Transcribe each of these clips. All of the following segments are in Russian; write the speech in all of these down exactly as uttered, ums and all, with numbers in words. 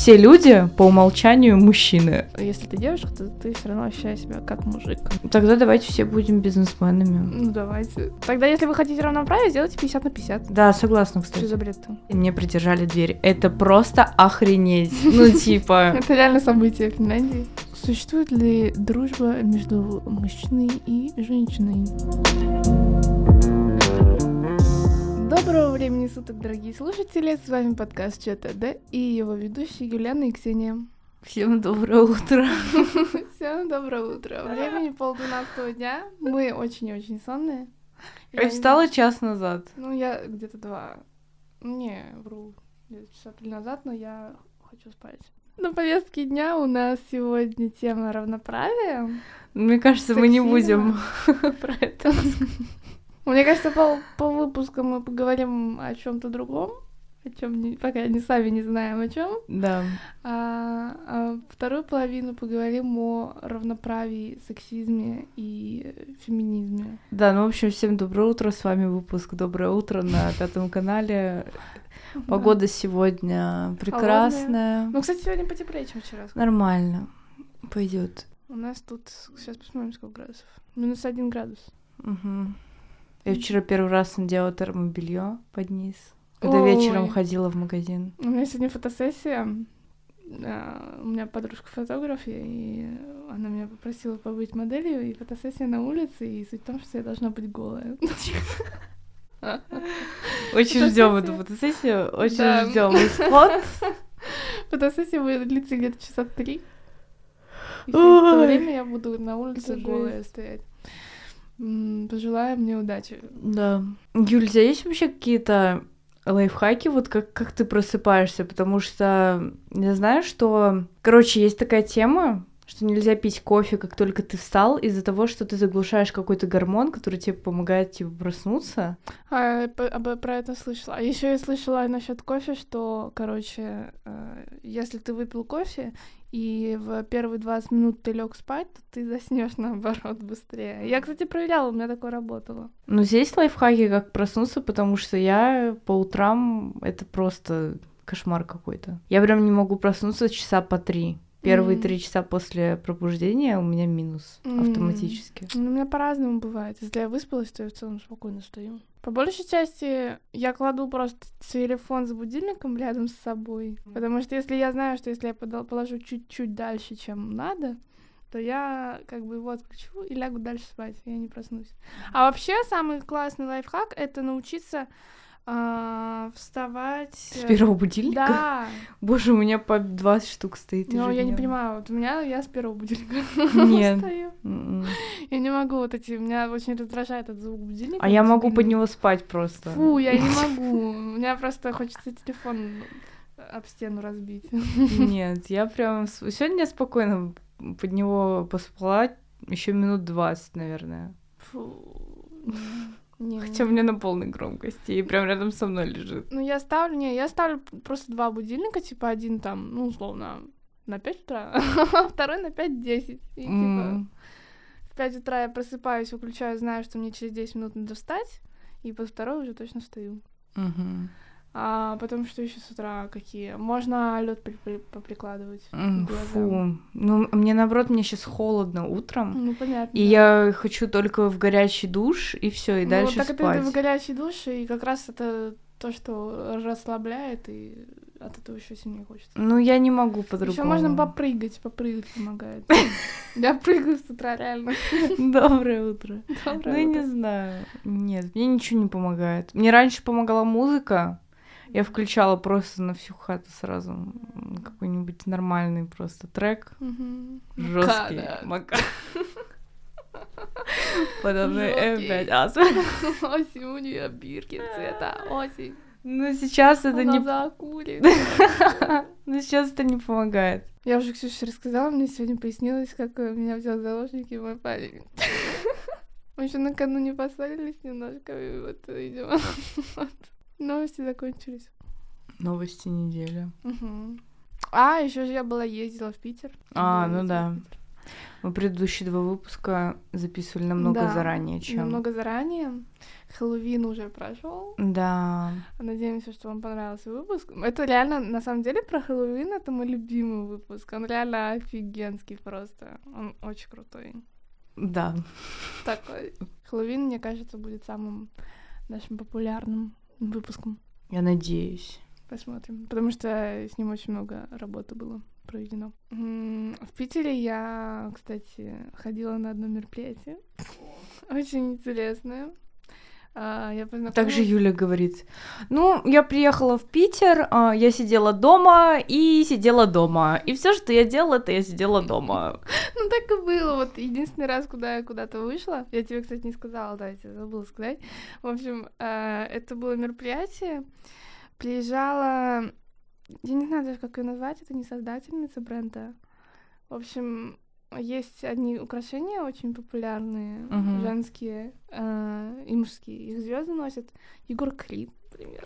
все люди по умолчанию мужчины. Если ты девушка, то ты все равно ощущаешь себя как мужик. Тогда давайте все будем бизнесменами. Ну, давайте. Тогда, если вы хотите равноправие, сделайте пятьдесят на пятьдесят. Да, согласна, кстати. Что за бред-то? Мне придержали дверь. Это просто охренеть. Ну, типа... Это реально событие в Финляндии. Существует ли дружба между мужчиной и женщиной? Доброго времени суток, дорогие слушатели. С вами подкаст ЧТД и его ведущие Юлиана и Ксения. Всем доброе утро. Всем доброе утро. Времени полдвенадцатого дня. Мы очень-очень сонные. Я встала час назад. Ну, я где-то два... Не, вру. Часа три назад, но я хочу спать. На повестке дня у нас сегодня тема равноправия. Мне кажется, мы не будем про это. Мне кажется, по, по выпуску мы поговорим о чем-то другом, о чем пока не сами не знаем о чем. Да. А, а вторую половину поговорим о равноправии, сексизме и феминизме. Да, ну в общем, всем доброе утро. С вами выпуск «Доброе утро» на Пятом канале. Погода сегодня прекрасная. Холодная. Ну, кстати, сегодня потеплее, чем вчера. Нормально. Пойдет. У нас тут, сейчас посмотрим, сколько градусов. Минус один градус. Угу. Я вчера первый раз надела термобелье под низ, когда Ой. вечером ходила в магазин. У меня сегодня фотосессия. У меня подружка фотограф, и она меня попросила побыть моделью, и фотосессия на улице, и суть в том, что я должна быть голая. Очень ждем эту фотосессию, очень ждем исход. Фотосессия будет длиться где-то часа три. И в то время я буду на улице голая стоять. Пожелаю мне удачи. Да. Юль, у тебя есть вообще какие-то лайфхаки, вот как, как ты просыпаешься? Потому что я знаю, что... Короче, есть такая тема, что нельзя пить кофе, как только ты встал, из-за того, что ты заглушаешь какой-то гормон, который тебе помогает типа проснуться. А, про, про это слышала. А еще я слышала насчет кофе, что, короче, если ты выпил кофе, и в первые двадцать минут ты лег спать, то ты заснешь наоборот быстрее. Я, кстати, проверяла, у меня такое работало. Ну, здесь лайфхаки, как проснуться, потому что я по утрам это просто кошмар какой-то. Я прям не могу проснуться часа по три. Первые три mm. часа после пробуждения у меня минус mm. автоматически. Ну, у меня по-разному бывает. Если я выспалась, то я в целом спокойно встаю. По большей части я кладу просто телефон с будильником рядом с собой. Mm. Потому что если я знаю, что если я положу чуть-чуть дальше, чем надо, то я как бы его отключу и лягу дальше спать, и я не проснусь. А вообще самый классный лайфхак — это научиться А, вставать... С первого будильника? Да. Боже, у меня по двадцать штук стоит. Ну, я не понимаю, вот у меня я с первого будильника Нет. встаю. Mm-mm. Я не могу вот эти... Меня очень раздражает этот звук будильника. А я могу под него спать просто. Фу, я не могу. У меня просто хочется телефон об стену разбить. Нет, я прям... Сегодня я спокойно под него поспала еще минут двадцать, наверное. Фу... Не, Хотя у меня на полной громкости, и прям рядом со мной лежит. Ну, я ставлю, не, я ставлю просто два будильника, типа один там, ну, условно, на пять утра, а второй на пять-десять. И, mm. типа, в пять утра я просыпаюсь, выключаю, знаю, что мне через десять минут надо встать, и под второй уже точно встаю. Mm-hmm. А потом что еще с утра какие? Можно лед при- при- поприкладывать. Mm, фу. Ну, мне наоборот, мне сейчас холодно утром. Ну, понятно. И да. я хочу только в горячий душ, и все, и ну, дальше так спать. Ну, так это в горячий душ, и как раз это то, что расслабляет, и от этого еще сильнее хочется. Ну, я не могу по-другому. Еще можно попрыгать, попрыгать помогает. Я прыгаю с утра, реально. Доброе утро. Ну, я не знаю. Нет, мне ничего не помогает. Мне раньше помогала музыка. Я включала просто на всю хату сразу какой-нибудь нормальный просто трек. Mm-hmm. Жесткий. Мака. Подо мной опять астма. Осень, у нее бирки цвета, осень. Ну, сейчас это не... Она закурит. Ну, сейчас это не помогает. Я уже Ксюше рассказала, мне сегодня пояснилось, как меня взял в заложники мой парень. Мы еще накануне поссорились немножко, и вот, видимо, новости закончились. Новости недели. Угу. А, еще же я была ездила в Питер. А, ну да. Мы предыдущие два выпуска записывали намного Да, заранее, чем... намного заранее. Хэллоуин уже прошел. Да. Надеемся, что вам понравился выпуск. Это реально, на самом деле, про Хэллоуин это мой любимый выпуск. Он реально офигенский просто. Он очень крутой. Да. Такой. Хэллоуин, мне кажется, будет самым нашим популярным выпуском. Я надеюсь. Посмотрим. Потому что с ним очень много работы было проведено. В Питере я, кстати, ходила на одно мероприятие. Очень интересное. Я познакомилась... Также Юля говорит, ну, я приехала в Питер, я сидела дома и сидела дома. И все, что я делала, это я сидела дома. Ну, так и было. Вот единственный раз, куда я куда-то вышла, я тебе, кстати, не сказала, да, я тебе забыла сказать. В общем, это было мероприятие. Приезжала... Я не знаю даже, как ее назвать, это не создательница бренда. В общем... Есть одни украшения очень популярные, uh-huh. женские э, и мужские. Их звезды носят. Егор Крид, например.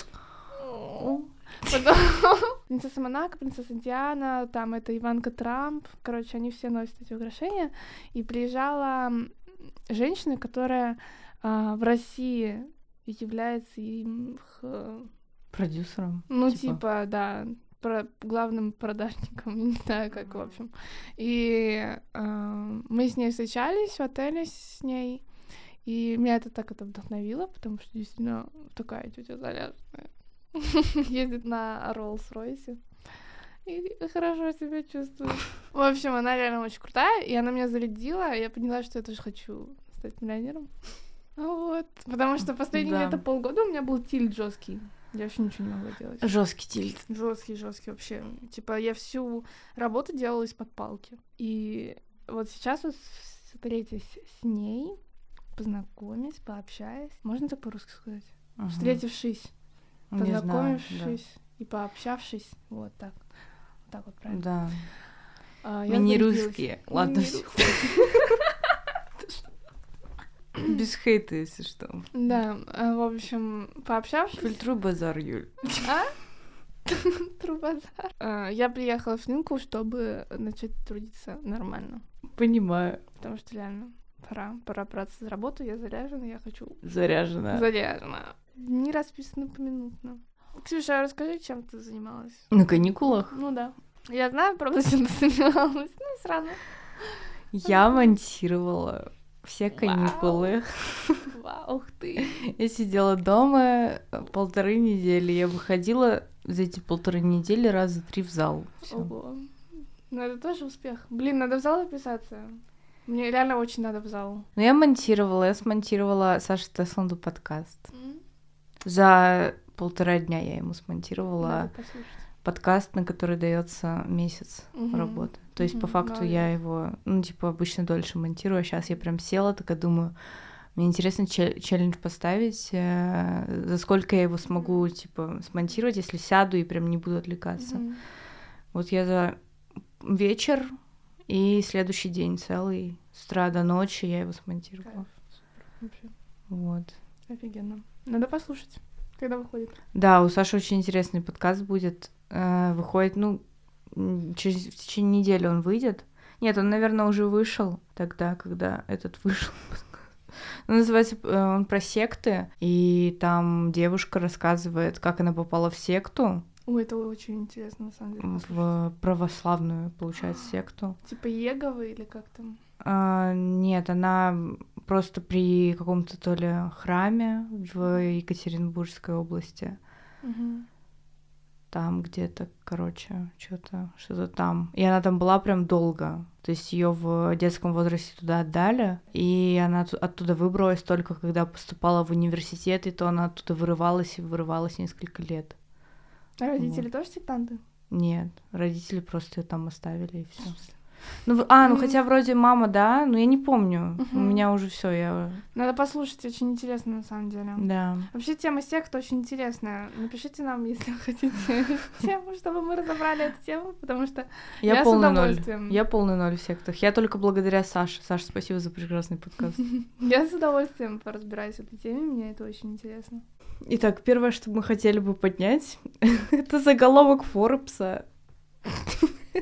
Потом принцесса Монако, принцесса Диана, там это Иванка Трамп. Короче, они все носят эти украшения. И приезжала женщина, которая э, в России является им... Продюсером? Ну, типа, типа да... Про главным продажником, не знаю, как, в общем. И э, мы с ней встречались в отеле с ней, и меня это так это вдохновило, потому что действительно такая тетя заряженная. Ездит на Роллс-Ройсе и хорошо себя чувствует. В общем, она реально очень крутая, и она меня зарядила, и я поняла, что я тоже хочу стать миллионером. Вот. Потому что последние где-то полгода у меня был тильт жесткий. Я вообще ничего не могла делать. Жесткий тильт. Жесткий, жесткий вообще. Типа, я всю работу делала из-под палки. И вот сейчас вот встретясь с ней, познакомясь, пообщаясь. Можно так по-русски сказать? Угу. Встретившись, не познакомившись знаю, да. и пообщавшись. Вот так. Вот так вот правильно. Да. А, Мини-русские. Ладно, все. Без хейта, если что. Да, в общем, пообщавшись... Фильтруй базар, Юль. А? Фильтруй базар. Я приехала в Нинку, чтобы начать трудиться нормально. Понимаю. Потому что реально пора, пора браться за работу, я заряжена, я хочу... Заряжена. Заряжена. Не расписано поминутно. Ксюша, расскажи, чем ты занималась? На каникулах? Ну да. Я знаю, правда, чем ты занималась. Ну, сразу. Я монтировала... Все каникулы. Вау, ух ты. Я сидела дома полторы недели. Я выходила за эти полторы недели раза три в зал. Всё. Ого. Ну, это тоже успех. Блин, надо в зал записаться. Мне реально очень надо в зал. Ну, я монтировала. Я смонтировала Саше Тесланду подкаст. Mm-hmm. За полтора дня я ему смонтировала подкаст, на который дается месяц mm-hmm. работы. То есть, mm-hmm. по факту, mm-hmm. я его, ну, типа, обычно дольше монтирую, а сейчас я прям села, такая думаю, мне интересно челлендж поставить, э, за сколько я его смогу, mm-hmm. типа, смонтировать, если сяду и прям не буду отвлекаться. Mm-hmm. Вот я за вечер и следующий день целый, с утра до ночи я его смонтировала. Вообще. Вот. Офигенно. Надо послушать, когда выходит. Да, у Саши очень интересный подкаст будет. Э, выходит, ну, через в течение недели он выйдет. Нет, он, наверное, уже вышел тогда, когда этот вышел. Он называется, он про секты, и там девушка рассказывает, как она попала в секту. Ой, это очень интересно, на самом деле. В православную, получается, секту. Типа Еговы или как там? А, нет, она просто при каком-то то ли храме в Екатеринбургской области. Угу. Там где-то, короче, что-то, что-то там. И она там была прям долго. То есть ее в детском возрасте туда отдали, и она оттуда выбралась только когда поступала в университет, и то она оттуда вырывалась и вырывалась несколько лет. А родители вот. Тоже сектанты? Нет, родители просто ее там оставили, и все. Ну, а, ну mm. хотя вроде мама, да, но я не помню. Uh-huh. У меня уже все, я... Надо послушать, очень интересно на самом деле. Да. Вообще тема сект очень интересная. Напишите нам, если вы хотите тему, чтобы мы разобрали эту тему, потому что я, я с удовольствием. Ноль. Я полный ноль в сектах. Я только благодаря Саше. Саша, спасибо за прекрасный подкаст. Я с удовольствием поразбираюсь в этой теме, мне это очень интересно. Итак, первое, что мы хотели бы поднять, это заголовок Форбса.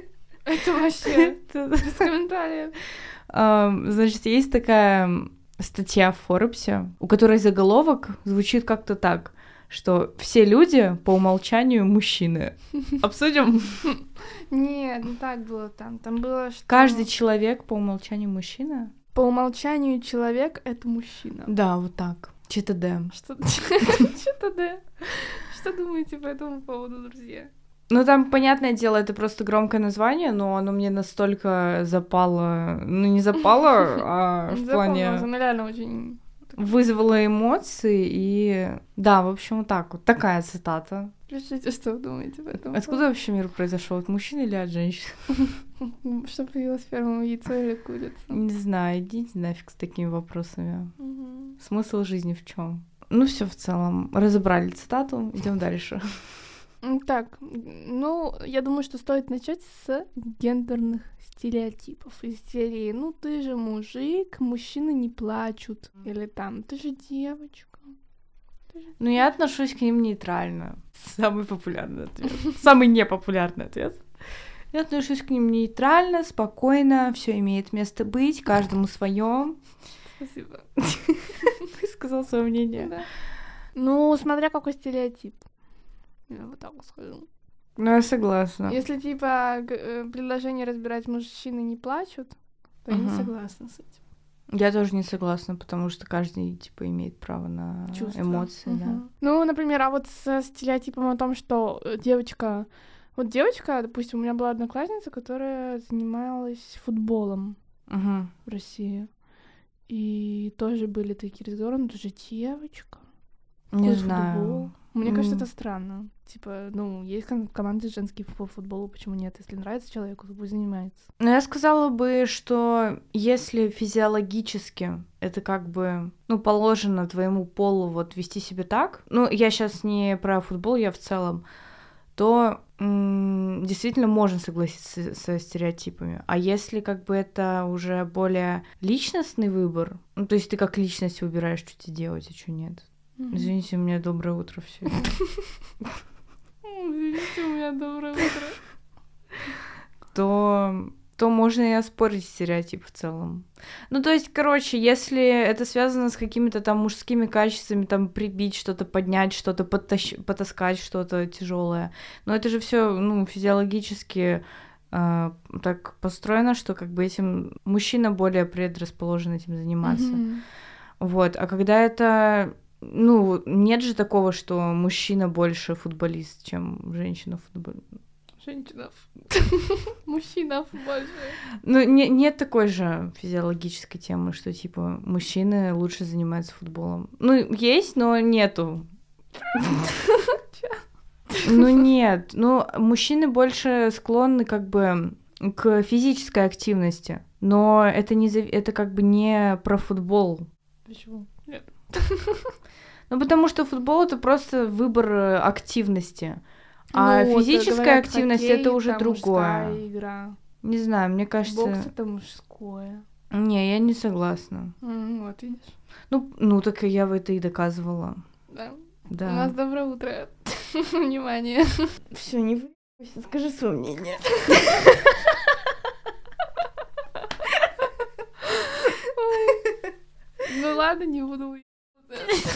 Это вообще без комментариев. Значит, есть такая статья в Форбсе, у которой заголовок звучит как-то так, что все люди по умолчанию мужчины. Обсудим? Нет, не так было там. Там было, что... Каждый человек по умолчанию мужчина? По умолчанию человек — это мужчина. Да, вот так. ЧТД. Что ЧТД? Что думаете по этому поводу, друзья? Ну, там, понятное дело, это просто громкое название, но оно мне настолько запало... Ну, не запало, а в плане... Оно реально очень... Вызвало эмоции, и... Да, в общем, вот так вот. Такая цитата. Пишите, что вы думаете по этому Откуда поводу. вообще мир произошел? От мужчин или от женщин? Что появилось первым, яйцо или курица? Не знаю, идите нафиг с такими вопросами. Угу. Смысл жизни в чем? Ну, все в целом. Разобрали цитату, идем дальше. Так, ну, я думаю, что стоит начать с гендерных стереотипов. Из серии, ну, ты же мужик, мужчины не плачут. Или там, ты же девочка. Ты же... Ну, я отношусь к ним нейтрально. Самый популярный ответ. Самый непопулярный ответ. Я отношусь к ним нейтрально, спокойно, все имеет место быть, каждому свое. Спасибо. Ты сказал свое мнение. Да. Ну, смотря какой стереотип. Я вот так скажу. Ну, я согласна. Если, типа, г- предложение разбирать мужчины не плачут, то я не Мгм. согласна с этим. Я тоже не согласна, потому что каждый, типа, имеет право на Чувства. эмоции, да. Мгм. Ну, например, а вот со стереотипом о том, что э, девочка... Вот девочка, допустим, у меня была одноклассница, которая занималась футболом Мгм. в России. И тоже были такие разговоры, ну, ты же девочка. Не какой знаю. футбол? Мне кажется, М. это странно. Типа, ну, есть ком- команды женские по футболу, почему нет? Если нравится человеку, то пусть занимается. Но я сказала бы, что если физиологически это как бы, ну, положено твоему полу вот вести себя так, ну, я сейчас не про футбол, я в целом, то м, действительно можно согласиться со стереотипами. А если как бы это уже более личностный выбор, ну, то есть ты как личность выбираешь, что тебе делать, а что нет. Мгм. Извините, у меня доброе утро все. Извините, у меня доброе утро. то, то можно и оспорить стереотип в целом. Ну, то есть, короче, если это связано с какими-то там мужскими качествами, там прибить что-то, поднять что-то, подтащ... потаскать что-то тяжелое, но это же все, ну, физиологически э, так построено, что как бы этим мужчина более предрасположен этим заниматься. Мгм. Вот, а когда это... Ну, нет же такого, что мужчина больше футболист, чем женщина футболист. Женщина. Мужчина больше. Ну, не, нет такой же физиологической темы, что, типа, мужчины лучше занимаются футболом. Ну, есть, но нету. Ну, нет. Ну, мужчины больше склонны, как бы, к физической активности. Но это, не, зав- это как бы не про футбол. Почему? Нет. Ну, потому что футбол — это просто выбор э, активности. А Ну, вот, физическая говорят, активность — хоккей, это уже там другое. мужская игра. Не знаю, мне кажется... Бокс — это мужское. Не, я не согласна. М, Вот, видишь. Ну, ну, так и я в это и доказывала. Да. Да. У нас доброе утро. Внимание. Все, не выебайся, скажи свое мнение. Ну ладно, не буду выебываться.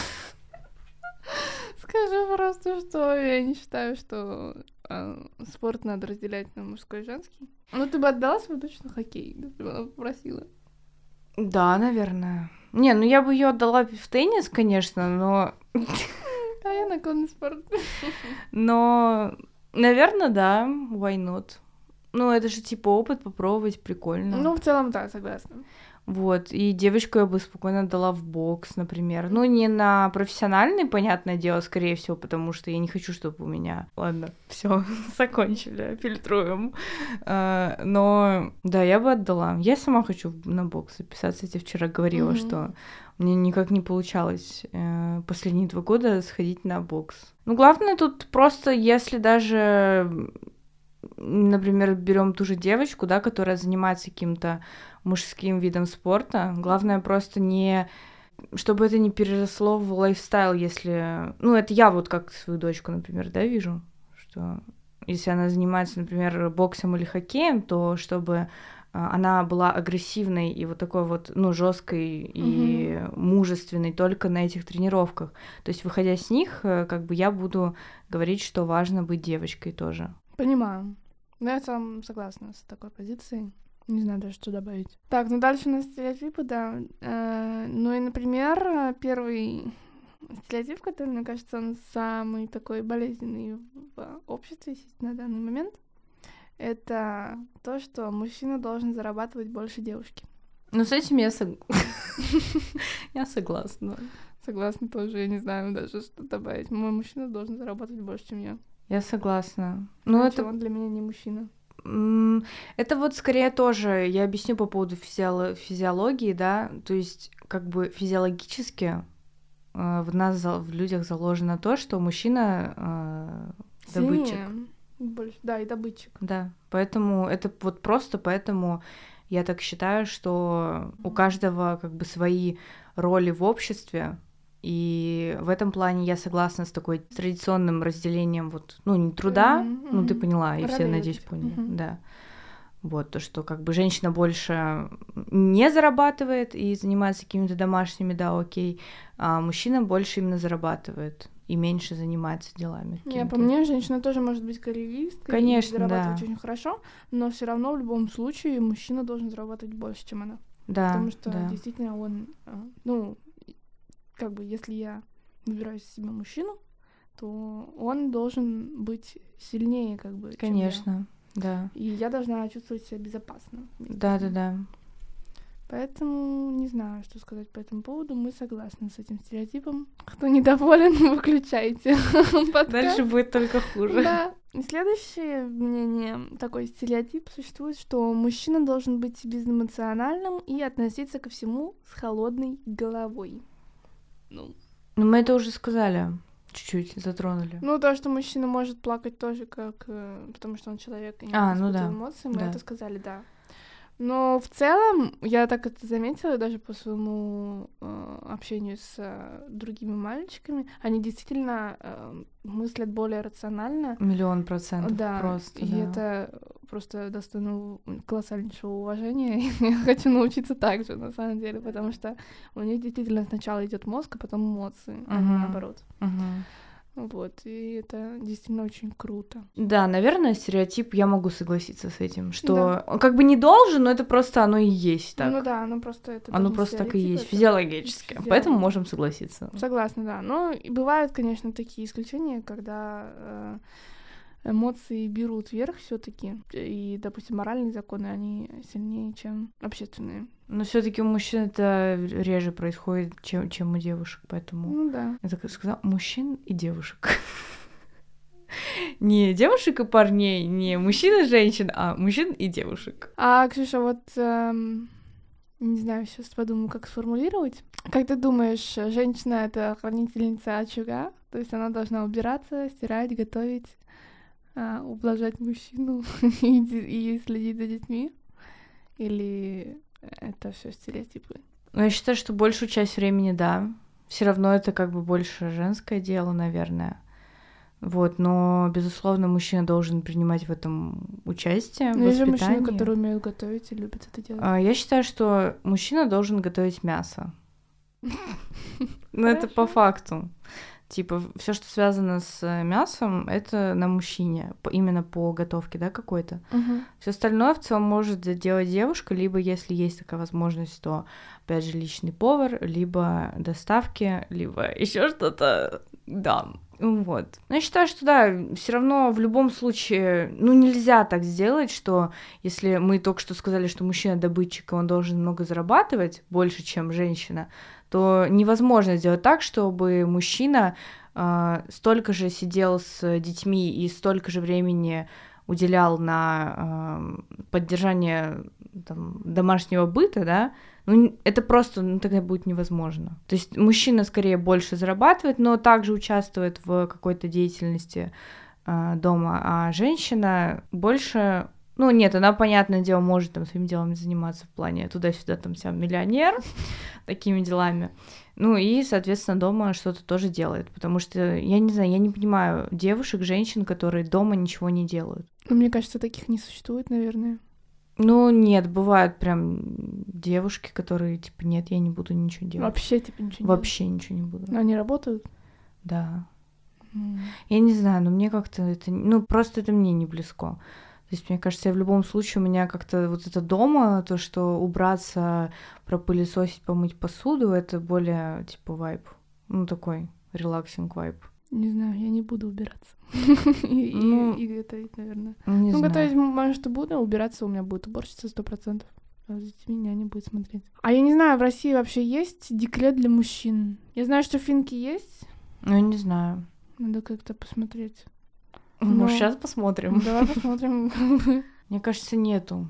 Скажу просто, что я не считаю, что а, спорт надо разделять на мужской и женский. Ну, ты бы отдала свою дочь на хоккей, если бы она попросила. Да, наверное. Не, ну я бы ее отдала в теннис, конечно, но... А я на конный спорт. Но, наверное, да, why not? Ну, это же типа опыт попробовать, прикольно. Ну, в целом, да, согласна. Вот, и девочку я бы спокойно отдала в бокс, например. Ну, не на профессиональный, понятное дело, скорее всего, потому что я не хочу, чтобы у меня... Ладно, все, закончили, фильтруем. А, но, да, я бы отдала. Я сама хочу на бокс записаться. Я тебе вчера говорила, Мгм. что мне никак не получалось э, последние два года сходить на бокс. Ну, главное тут просто, если даже... Например, берем ту же девочку, да, которая занимается каким-то мужским видом спорта. Главное просто не... Чтобы это не переросло в лайфстайл, если... Ну, это я вот как свою дочку, например, да, вижу, что если она занимается, например, боксом или хоккеем, то чтобы она была агрессивной и вот такой вот, ну, жесткой и угу. мужественной только на этих тренировках. То есть, выходя с них, как бы я буду говорить, что важно быть девочкой тоже. Понимаю. Ну, я сам согласна с такой позицией. Не знаю даже, что добавить. Так, ну дальше у нас стереотипы, да. Э, ну и, например, первый стереотип, который, мне кажется, он самый такой болезненный в обществе на данный момент, это то, что мужчина должен зарабатывать больше девушки. Ну, с этим я согласна. Я согласна. Согласна тоже, я не знаю даже, что добавить. Мой мужчина должен зарабатывать больше, чем я. Я согласна. Ну, это... он для меня не мужчина. Это вот скорее тоже, я объясню по поводу физиоло- физиологии, да, то есть как бы физиологически э, в нас, в людях заложено то, что мужчина э, добытчик. Сильнее. Больше, да, и добытчик. Да, поэтому это вот просто поэтому я так считаю, что у каждого как бы свои роли в обществе, и в этом плане я согласна с такой традиционным разделением вот, ну, не труда, mm-hmm, mm-hmm. ну, ты поняла, и все, надеюсь, поняли, mm-hmm. да. Вот, то, что как бы женщина больше не зарабатывает и занимается какими-то домашними, да, окей, а мужчина больше именно зарабатывает и меньше занимается делами. Я по мне, женщина тоже может быть карьеристкой, конечно, и зарабатывать да. очень хорошо, но все равно в любом случае мужчина должен зарабатывать больше, чем она. Да, потому что да. действительно он, ну, как бы, если я выбираю себе мужчину, то он должен быть сильнее, как бы, конечно, чем я. Да. И я должна чувствовать себя безопасно. Да, да, да. Поэтому не знаю, что сказать по этому поводу. Мы согласны с этим стереотипом. Кто недоволен, выключайте подкаст. Дальше будет только хуже. Да. И следующее мнение, такой стереотип существует, что мужчина должен быть безэмоциональным и относиться ко всему с холодной головой. Ну, ну мы это уже сказали, чуть-чуть затронули. Ну, то, что мужчина может плакать тоже, как, потому что он человек и не а, ну да. эмоции, мы да. это сказали, да. Но в целом, я так это заметила даже по своему э, общению с э, другими мальчиками, они действительно э, мыслят более рационально. Миллион процентов да, просто, и да. это просто достойно колоссальнейшего уважения. Я хочу научиться так же, на самом деле, потому что у них действительно сначала идет мозг, а потом эмоции, uh-huh. а не наоборот. Uh-huh. Вот, и это действительно очень круто. Да, наверное, стереотип, я могу согласиться с этим, что да. он как бы не должен, но это просто оно и есть так. Ну да, оно просто это Оно просто так и есть, физиологически, физиологически, поэтому можем согласиться. Согласна, да. Но и бывают, конечно, такие исключения, когда эмоции берут верх все-таки, и, допустим, моральные законы, они сильнее, чем общественные. Но все-таки у мужчин это реже происходит, чем, чем у девушек, поэтому... Ну да. Я так сказала, мужчин и девушек. Не девушек и парней, не мужчин и женщин, а мужчин и девушек. А, Ксюша, вот... Не знаю, сейчас подумаю, как сформулировать. Как ты думаешь, женщина — это хранительница очага? То есть она должна убираться, стирать, готовить, ублажать мужчину и, и следить за детьми? Или это все стереотипы? Ну, я считаю, что большую часть времени, да. Все равно это как бы больше женское дело, наверное. Вот, но, безусловно, мужчина должен принимать в этом участие, в воспитании. Есть же мужчины, которые умеют готовить и любят это делать. А, я считаю, что мужчина должен готовить мясо. Ну, это по факту. Типа, все, что связано с мясом, это на мужчине, именно по готовке, да, какой-то. Uh-huh. Все остальное в целом может делать девушка, либо, если есть такая возможность, то, опять же, личный повар, либо доставки, либо еще что-то, да. Вот. Но я считаю, что да, все равно в любом случае, ну, нельзя так сделать, что если мы только что сказали, что мужчина добытчик, и он должен много зарабатывать, больше, чем женщина, то невозможно сделать так, чтобы мужчина э, столько же сидел с детьми и столько же времени уделял на э, поддержание там, домашнего быта, да, ну, это просто, ну, тогда будет невозможно. То есть мужчина скорее больше зарабатывает, но также участвует в какой-то деятельности э, дома, а женщина больше Ну, нет, она, понятное дело, может там своим делом заниматься в плане туда-сюда, там, вся миллионер, такими делами. Ну, и, соответственно, дома что-то тоже делает, потому что, я не знаю, я не понимаю девушек, женщин, которые дома ничего не делают. Ну, мне кажется, таких не существует, наверное. Ну, нет, бывают прям девушки, которые, типа, нет, я не буду ничего делать. Вообще, типа, ничего не Вообще ничего не буду. Но они работают? Да. Mm. Я не знаю, но мне как-то это... Ну, просто это мне не близко. То есть, мне кажется, я в любом случае, у меня как-то вот это дома, то, что убраться, пропылесосить, помыть посуду, это более, типа, вайб. Ну, такой релаксинг вайб. Не знаю, я не буду убираться. И готовить, наверное. Ну, готовить, может, и буду, убираться у меня будет уборщица сто процентов. А за детьми няня будет смотреть. А я не знаю, в России вообще есть декрет для мужчин? Я знаю, что в Финке есть. Ну, я не знаю. Надо как-то посмотреть. Ну, сейчас посмотрим. Давай посмотрим. Мне кажется, нету.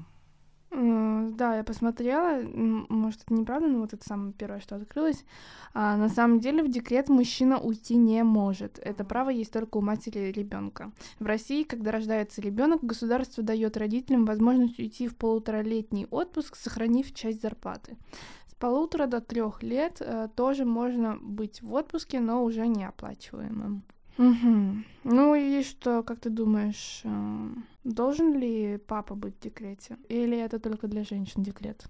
Uh, да, я посмотрела, может, это неправда, но вот это самое первое, что открылось. А, на самом деле в декрет мужчина уйти не может. Это право есть только у матери ребенка. В России, когда рождается ребенок, государство дает родителям возможность уйти в полуторалетний отпуск, сохранив часть зарплаты. С полутора до трех лет а, тоже можно быть в отпуске, но уже неоплачиваемым. Угу. Ну и что, как ты думаешь, должен ли папа быть в декрете? Или это только для женщин декрет?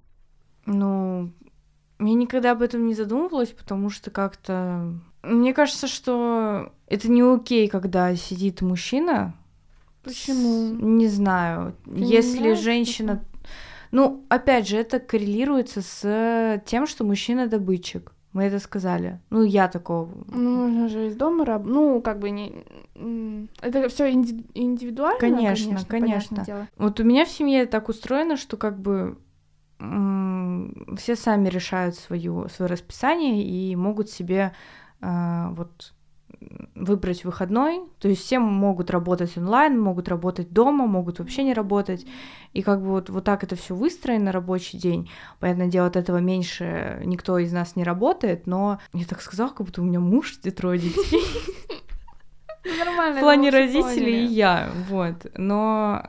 Ну, я никогда об этом не задумывалась, потому что как-то... Мне кажется, что это не окей, когда сидит мужчина. Почему? С... Не знаю. Ты Если не женщина... Это? Ну, опять же, это коррелируется с тем, что мужчина добытчик. Мы это сказали. Ну, я такого... Ну, можно же из дома работать. Ну, как бы не... Это все инди... индивидуально, конечно, конечно. конечно. Вот у меня в семье так устроено, что как бы м- все сами решают свою, свое расписание и могут себе э, вот выбрать выходной. То есть все могут работать онлайн, могут работать дома, могут вообще не работать. И как бы вот, вот так это все выстроено, рабочий день. Понятное дело, от этого меньше никто из нас не работает, но я так сказала, как будто у меня муж и трое детей. Нормально. В плане родителей и я, вот. Но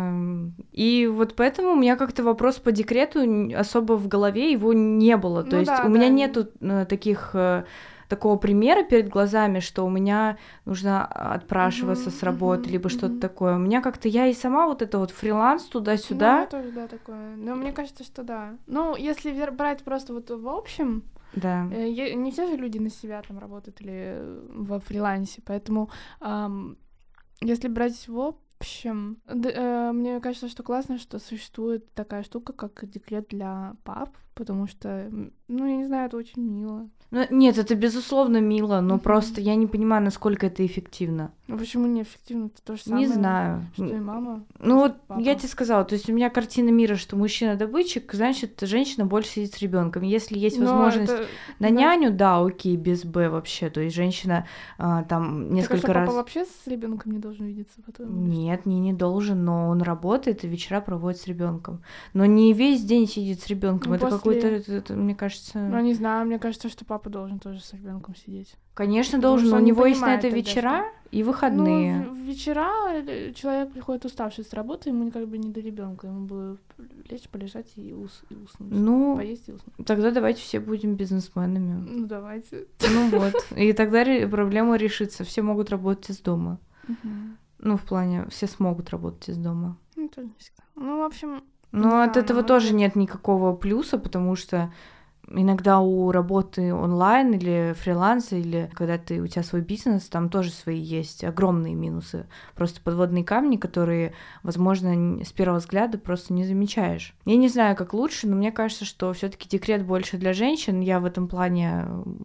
и вот поэтому у меня как-то вопрос по декрету особо в голове его не было. То есть у меня нету таких... такого примера перед глазами, что у меня нужно отпрашиваться uh-huh, с работы, uh-huh, либо uh-huh. что-то такое. У меня как-то я и сама вот это вот фриланс туда-сюда. Ну, тоже, да, такое. Но мне кажется, что да. Ну, если брать просто вот в общем, да. э, не все же люди на себя там работают или во фрилансе, поэтому эм, если брать в общем, д- э, мне кажется, что классно, что существует такая штука, как декрет для пап, потому что, ну, я не знаю, это очень мило. Ну, нет, это безусловно мило, но mm-hmm. просто я не понимаю, насколько это эффективно. Ну почему неэффективно? Это то же самое, не знаю. Что и мама. Ну вот папа. Я тебе сказала, то есть у меня картина мира, что мужчина добытчик, значит, женщина больше сидит с ребенком. Если есть но возможность это, на знаешь... няню, да, окей, без Б вообще. То есть женщина а, там несколько так, а что, раз. Папа вообще с ребенком не должен видеться потом? Нет, не не должен, но он работает и вечера проводит с ребенком. Но не весь день сидит с ребенком. Ну, это после... какой-то, это, это, мне кажется. Ну не знаю, мне кажется, что папа должен тоже с ребенком сидеть. Конечно, Потому должен, но у него есть на это вечера что... и выходные. Ну, в вечера человек приходит уставший с работы, ему как бы не до ребенка, ему бы лечь, полежать и, ус- и уснуть. Ну, поесть и уснуть. Тогда давайте все будем бизнесменами. Ну, давайте. Ну вот. И тогда проблема решится. Все могут работать из дома. Угу. Ну, в плане, все смогут работать из дома. Ну, тоже не всегда. Ну, в общем... Но от этого тоже нет никакого плюса, потому что иногда у работы онлайн или фриланса, или когда ты, у тебя свой бизнес, там тоже свои есть огромные минусы. Просто подводные камни, которые, возможно, с первого взгляда просто не замечаешь. Я не знаю, как лучше, но мне кажется, что все-таки декрет больше для женщин. Я в этом плане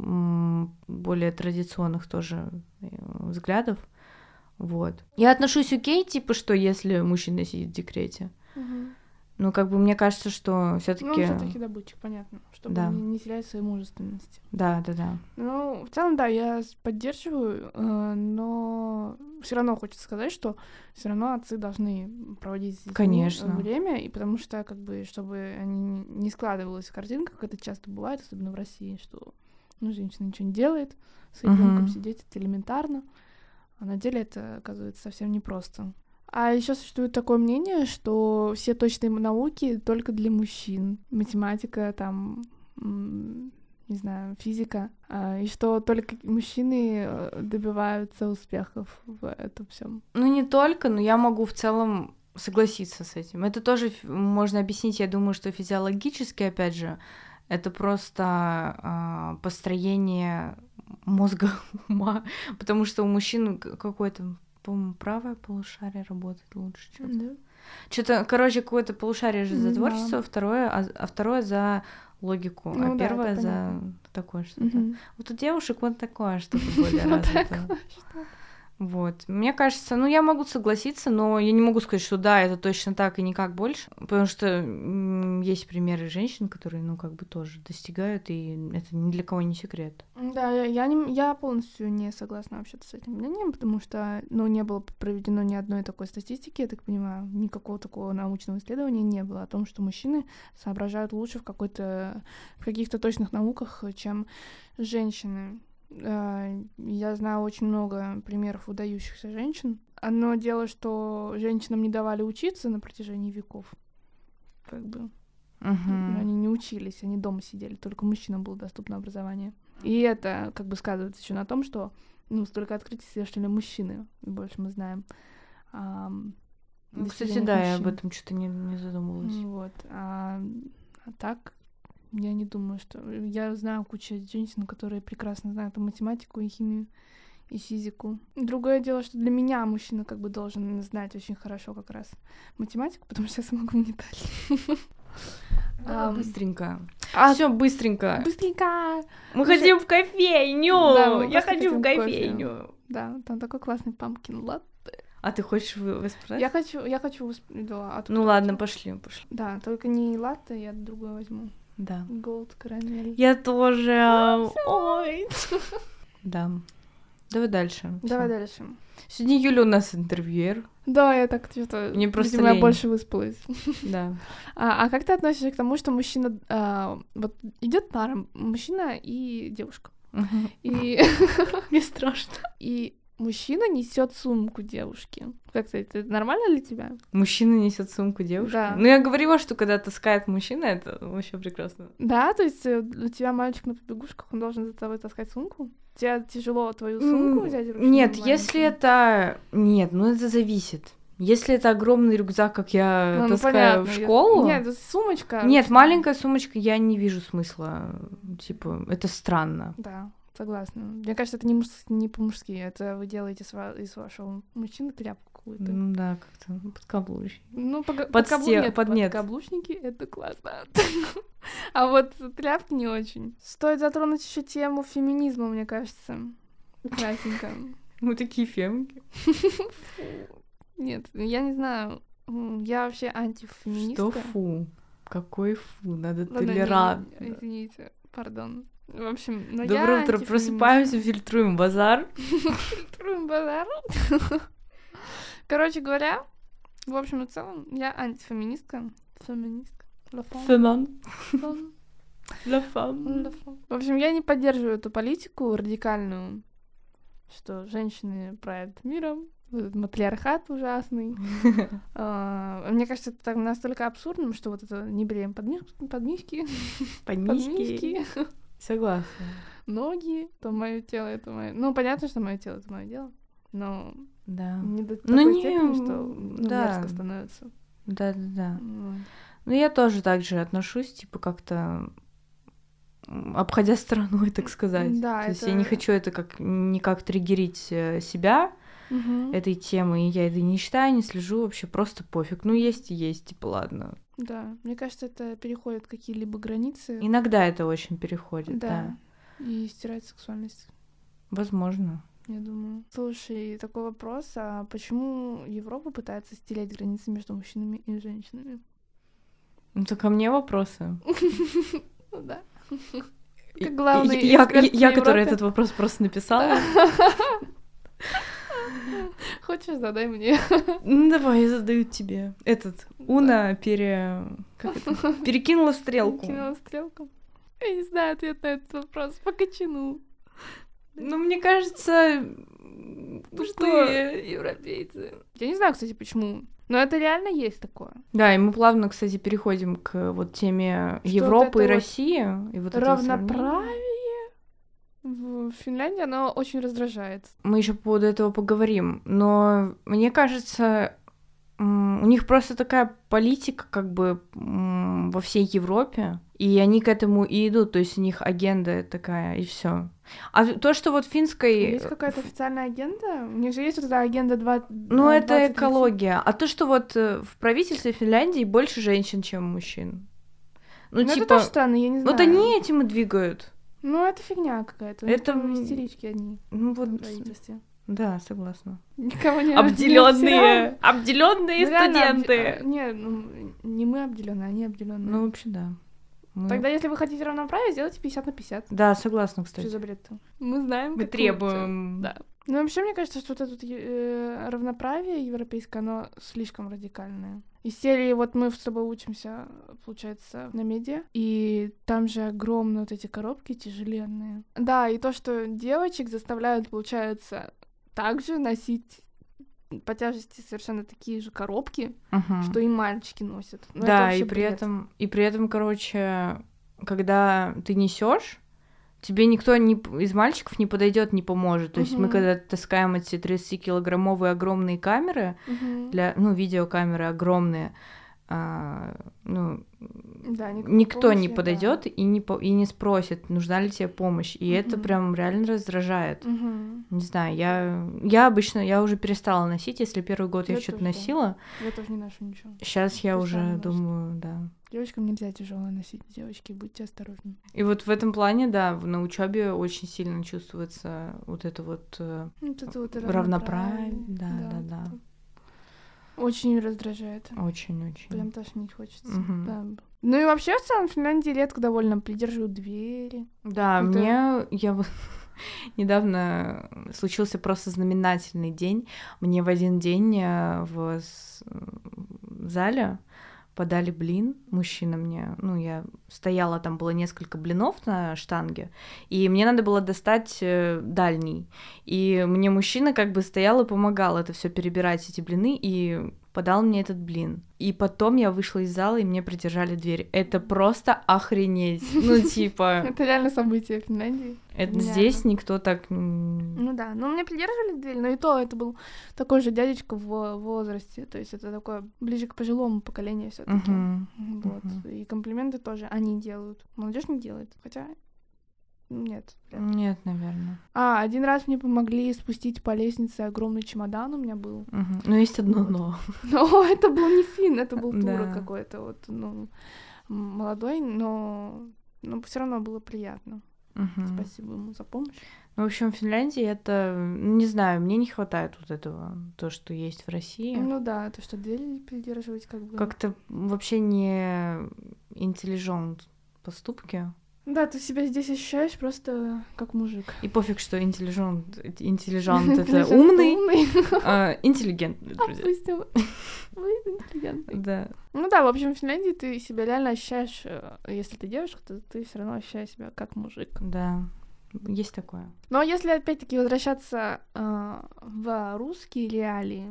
более традиционных тоже взглядов. Вот. Я отношусь окей, типа, что если мужчина сидит в декрете. Угу. Ну, как бы мне кажется, что все-таки. Ну, все-таки добытчик, понятно, чтобы да. не, не терять своей мужественности. Да, да, да. Ну, в целом, да, я поддерживаю, но все равно хочется сказать, что все равно отцы должны проводить с детьми время, и потому что, как бы, чтобы они не складывалась картинка, как это часто бывает, особенно в России, что ну, женщина ничего не делает, с ребенком uh-huh. сидеть это элементарно, а на деле это, оказывается, совсем непросто. А еще существует такое мнение, что все точные науки только для мужчин. Математика, там, м, не знаю, физика. А, и что только мужчины э, добиваются успехов в этом всем. Ну, не только, но я могу в целом согласиться с этим. Это тоже ф- можно объяснить, я думаю, что физиологически, опять же, это просто а, построение мозга, ума, потому что у мужчин к- какое-то, по-моему, правое полушарие работает лучше. Что-то, Да. что-то короче, какое-то полушарие же за Не творчество, знала. второе, а, а второе за логику, Ну а да, это первое за понятно. такое что-то. Мгм. Вот у девушек вот такое что-то более Вот развитое. такое что-то. Вот. Мне кажется, ну, я могу согласиться, но я не могу сказать, что да, это точно так и никак больше, потому что м, есть примеры женщин, которые, ну, как бы тоже достигают, и это ни для кого не секрет. Да, я, я, не, я полностью не согласна вообще-то с этим мнением, потому что, ну, не было проведено ни одной такой статистики, я так понимаю, никакого такого научного исследования не было о том, что мужчины соображают лучше в какой-то, в каких-то точных науках, чем женщины. Э, Я знаю очень много примеров выдающихся женщин. Одно дело, что женщинам не давали учиться на протяжении веков, как бы. Мгм. Они не учились, они дома сидели, только мужчинам было доступно образование. И это как бы сказывается еще на том, что ну, столько открытий совершили мужчины, и больше мы знаем. ам, Ну, кстати, достижениях да, я об мужчин. этом что-то не, не задумывалась. Вот. А, а так, я не думаю, что... Я знаю кучу женщин, которые прекрасно знают и математику, и химию, и физику. Другое дело, что для меня мужчина как бы должен знать очень хорошо как раз математику, потому что я сама гуманитарий. Давай Ам, быстренько. А, Все быстренько. быстренько! Мы Слушай, хотим в кофейню. да, мы Я просто хочу в хотим кофе. кофейню. Да, там такой классный пампкин латте. А ты хочешь вы- воспроизвести? Я хочу, я хочу... восп- Да, а тут Ну кто ладно, хотел? пошли, пошли. Да, только не латте, я другое возьму. Да. Голд карамель. Я тоже. Ой. Да. Давай дальше. Давай Всё. дальше. Сегодня Юля у нас интервьюер. Да, я так что-то... Мне просто видимо, я лень. больше выспалась. Да. А, а как ты относишься к тому, что мужчина... а, вот идет пара, мужчина и девушка. Мгм. И, Мне страшно. и мужчина несет сумку девушки. Как сказать, это нормально для тебя? Мужчина несет сумку девушки. Да. Ну, я говорила, что когда таскает мужчина, это вообще прекрасно. Да, то есть э, у тебя мальчик на побегушках, он должен за тобой таскать сумку? Тебе тяжело твою сумку М, взять? в руки Нет, маленькую? если это... Нет, ну это зависит. Если это огромный рюкзак, как я Ну, ну, таскаю понятно, в я- школу... Нет, это сумочка. Нет, обычная. маленькая сумочка, я не вижу смысла. Типа, это странно. Да, согласна. Мне кажется, это не, мужс- не по-мужски. Это вы делаете с ва- из вашего мужчины тряпку какую-то. Ну да, как-то подкаблучник. Ну, пога- Под подкаблу- сте- нет, под нет. подкаблучники — это классно. А вот тряпки не очень. Стоит затронуть еще тему феминизма, мне кажется. Красненько. Мы такие фемки. Нет, я не знаю. М, Я вообще антифеминистка. Что фу? Какой фу? Надо Ладно, не- не- толерантно. Извините, пардон. В общем, но я Доброе утро, антифеминистка. просыпаемся, фильтруем базар. Фильтруем базар. Короче говоря, в общем и целом, я антифеминистка. Феминистка. La femme. Феман. Femme. Ла фам. La femme. В общем, я не поддерживаю эту политику радикальную, что женщины правят миром, этот матриархат ужасный. А, Мне кажется, это так настолько абсурдным, что вот это не бреем подмышки, подмышки, Подмишки. подмышки, Согласна. ноги, то мое тело, это мое... Ну, понятно, что мое тело — это мое дело, но Да. не до Ну, такой не, степени, что ну, да. мерзко становится. Да-да-да. Вот. Ну, я тоже так же отношусь, типа, как-то м, обходя стороной, так сказать. Да, То есть это- я не хочу это как никак триггерить э, себя Мгм. этой темой, и я это не читаю, не слежу, вообще просто пофиг. Ну, есть и есть, типа, ладно. Да, мне кажется, это переходит какие-либо границы. Иногда это очень переходит, да. Да. И стирает сексуальность, Возможно. я думаю. Слушай, такой вопрос, а почему Европа пытается стереть границы между мужчинами и женщинами? Ну, то ко мне вопросы. Ну да. И- Как главный и- я, эксперт я, в которая Европе. этот вопрос просто написала. Хочешь, задай мне. Ну, давай, я задаю тебе. Этот, Уна пере... как это? Перекинула стрелку. Кинула стрелку. Я не знаю ответ на этот вопрос. По кочану. Ну, мне кажется, Ну что? Тупые европейцы. Я не знаю, кстати, почему. Но это реально есть такое. Да, и мы плавно, кстати, переходим к вот теме Что Европы вот и это России. И вот этого сравнения. равноправие в Финляндии, оно очень раздражает. Мы еще по поводу этого поговорим. Но мне кажется, м, у них просто такая политика как бы м, во всей Европе, и они к этому и идут, то есть у них агенда такая, и все. А то, что вот финской... Есть какая-то официальная агенда? У них же есть вот эта агенда два... Ну, это двадцать тридцать. экология. А то, что вот э, в правительстве Финляндии больше женщин, чем мужчин. Ну, Ну, типа... это тоже странно, я не знаю. Вот они этим и двигают. Ну, это фигня какая-то. У них Это, там м, истерички одни Ну, в вот... правительстве. Да, согласна. Никого не Обделенные, обделенные Ну, реально, студенты. обде- а, Не, ну, не мы обделенные, они обделенные. Ну, вообще, да. Мы- Тогда, если вы хотите равноправие, сделайте пятьдесят на пятьдесят. Да, согласна, Что кстати. за бред-то? Мы знаем, Мы как требуем. лучше. Да. Ну, вообще, мне кажется, что вот это вот, э, равноправие европейское, оно слишком радикальное. Из серии вот мы с тобой учимся, получается, на медиа, и там же огромные вот эти коробки тяжеленные. Да, и то, что девочек заставляют, получается, также носить по тяжести совершенно такие же коробки, Мгм. что и мальчики носят. Ну, это Да, вообще и при бред. этом, и при этом, короче, когда ты несешь, тебе никто не, п- из мальчиков не подойдет, не поможет. То есть мы Мгм. когда таскаем эти тридцатикилограммовые огромные камеры, Мгм. для, ну, видеокамеры огромные, а, ну, Да, никакой никто не помощи, да. подойдет и не, по- и не спросит, нужна ли тебе помощь. И это Мгм. прям реально раздражает. Мгм. Не знаю, я, я обычно, я уже перестала носить, если первый год я Я что-то тоже, да. носила, Я тоже не ношу ничего. сейчас я Перестала уже носить. думаю, да. Девочкам нельзя тяжелое носить. Девочки, будьте осторожны. И вот в этом плане, да, в- на учебе очень сильно чувствуется вот это вот э, Вот это вот равноправие. Да, да, да. это Очень раздражает. Очень-очень. Прям тошнить хочется. Мгм. Да. Ну и вообще, в целом, в Финляндии редко довольно придерживают двери. Да, Это- мне я вот недавно случился просто знаменательный день. Мне в один день э, в с- в зале подали блин, мужчина мне, ну, я стояла, там было несколько блинов на штанге, и мне надо было достать э, дальний, и мне мужчина как бы стоял и помогал это все перебирать, эти блины, и подал мне этот блин. И потом я вышла из зала, и мне придержали дверь. Это просто охренеть. Ну, типа, Это реально событие в Финляндии. это Нереально. здесь никто так... м, Ну да, ну мне придерживали дверь, но и то это был такой же дядечка в возрасте, то есть это такое ближе к пожилому поколению все таки. мгм. Вот. мгм. И комплименты тоже они делают. Молодежь не делает. Хотя нет. вряд ли. Нет, наверное. А, один раз мне помогли спустить по лестнице огромный чемодан у меня был. Мгм. Но есть одно Вот. но. Но это был не фин, это был турок Да. какой-то вот, ну, м, молодой, но, но все равно было приятно. Мгм. Спасибо ему за помощь. Ну, в общем, в Финляндии это, не знаю, мне не хватает вот этого, то, что есть в России. Ну да, то, что дверь придерживать как бы. Как-то вообще не интеллижент поступки. Да, ты себя здесь ощущаешь просто как мужик. И пофиг, что интеллижент, интеллижент это Интеллигент умный, умный. а, интеллигентный, друзья. Допустим, вы интеллигентный. Да. Ну да, в общем, в Финляндии ты себя реально ощущаешь, э, если ты девушка, то ты все равно ощущаешь себя как мужик. Да, есть такое. Но если опять-таки возвращаться э, в русские реалии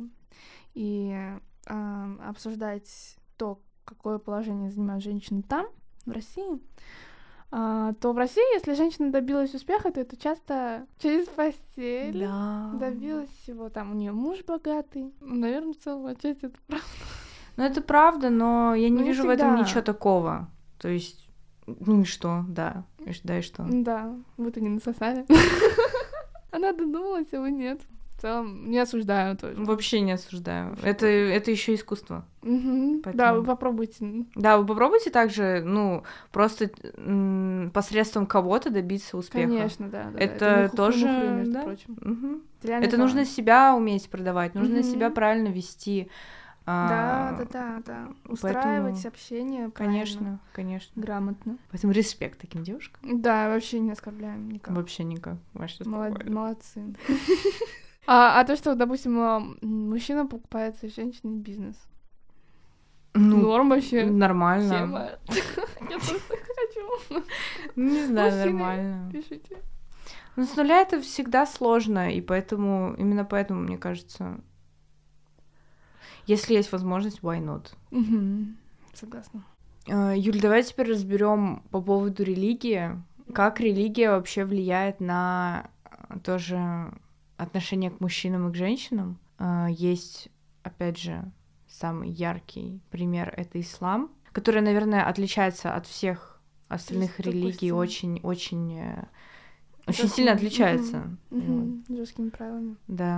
и э, обсуждать то, какое положение занимают женщины там, в России, э, то в России, если женщина добилась успеха, то это часто через постель. Да. Добилась всего, там у нее муж богатый. Наверное, в целом отчасти это правда. Ну, это правда, но я не Ну, не вижу в этом всегда. ничего такого. То есть, ну и что, да. И ш- Да, и что? Да, вы-то не насосали. Она додумалась, а вы нет. В целом, не осуждаю тоже. Вообще не осуждаю. Это, это еще искусство. Мгм. Да, Поэтому- вы попробуйте. Да, вы попробуйте также, ну, просто м, посредством кого-то добиться успеха. Конечно, да. да, Это не хухры-мухры, тоже, между да. прочим. Мгм. реально Это да. нужно себя уметь продавать, нужно Мгм. себя правильно вести. Да, А, да, да, да. поэтому- Устраивать общение правильно, Конечно, конечно. грамотно. Поэтому респект таким девушкам. Да, вообще не оскорбляем никак. Вообще никак. Вообще Молод- спокойно. Молодцы. А, а то, что, допустим, а, м, мужчина покупает своей женщине бизнес. Ну, Норм вообще. нормально. Тема. Я просто хочу. Ну, не знаю, Мужчины, нормально. Пишите. Ну, с нуля это всегда сложно, и поэтому, именно поэтому, мне кажется, если есть возможность, why not? Угу. Согласна. Uh, Юль, давай теперь разберем по поводу религии. Как религия вообще влияет на тоже отношение к мужчинам и к женщинам? Uh, есть, опять же, самый яркий пример — это ислам, который, наверное, отличается от всех остальных Есть, религий, допустим. очень-очень очень Жёсткими, сильно отличается. Угу, угу, жесткими правилами. Да.